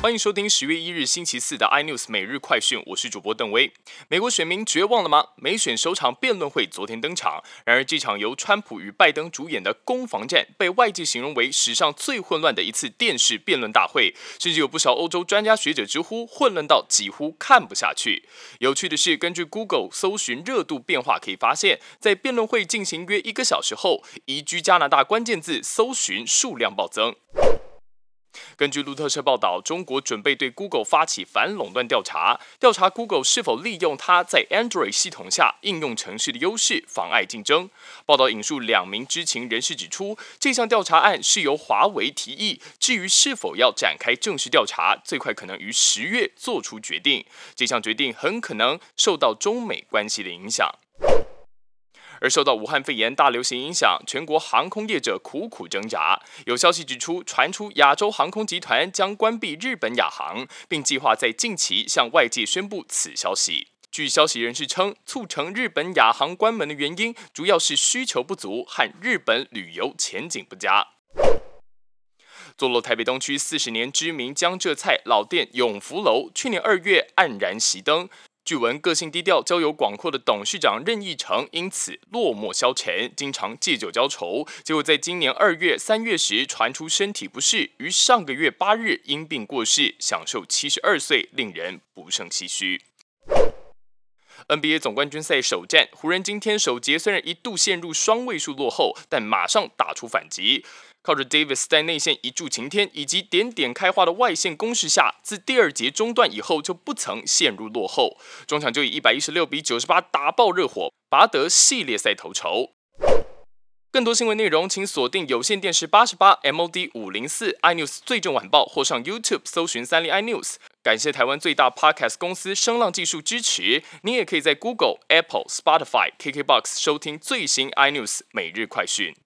欢迎收听10月1日星期四的 iNews 每日快讯，我是主播邓威。美国选民绝望了吗？美选首场辩论会昨天登场，然而这场由川普与拜登主演的攻防战，被外界形容为史上最混乱的一次电视辩论大会，甚至有不少欧洲专家学者直呼混乱到几乎看不下去。有趣的是，根据 Google 搜寻热度变化可以发现，在辩论会进行约1个小时后，移居加拿大关键字搜寻数量暴增。根据路透社报道，中国准备对 Google 发起反垄断调查，调查 Google 是否利用它在 Android 系统下应用程式的优势妨碍竞争。报道引述2名知情人士指出，这项调查案是由华为提议，至于是否要展开正式调查，最快可能于10月做出决定。这项决定很可能受到中美关系的影响。而受到武汉肺炎大流行影响，全国航空业者苦苦挣扎。有消息指出，传出亚洲航空集团将关闭日本亚航，并计划在近期向外界宣布此消息。据消息人士称，促成日本亚航关门的原因，主要是需求不足和日本旅游前景不佳。坐落台北东区40年知名江浙菜老店永福楼，去年2月黯然熄灯。据闻个性低调、交友广阔的董事长任义成因此落寞消沉，经常借酒浇愁。结果在今年2月、3月时传出身体不适，于上个月8日因病过世，享受72岁，令人不胜唏嘘。NBA 总冠军赛首战，湖人今天首节虽然一度陷入双位数落后，但马上打出反击。靠着 Davis 在内线一柱擎天以及点点开花的外线攻势下，自第2节中段以后就不曾陷入落后，中场就以116-98打爆热火，拔得系列赛头筹。更多新闻内容，请锁定有线电视88 MOD 504 iNews 最正晚报，或上 YouTube 搜寻3立 iNews。感谢台湾最大 Podcast 公司声浪技术支持。你也可以在 Google、Apple、Spotify、KKBox 收听最新 iNews 每日快讯。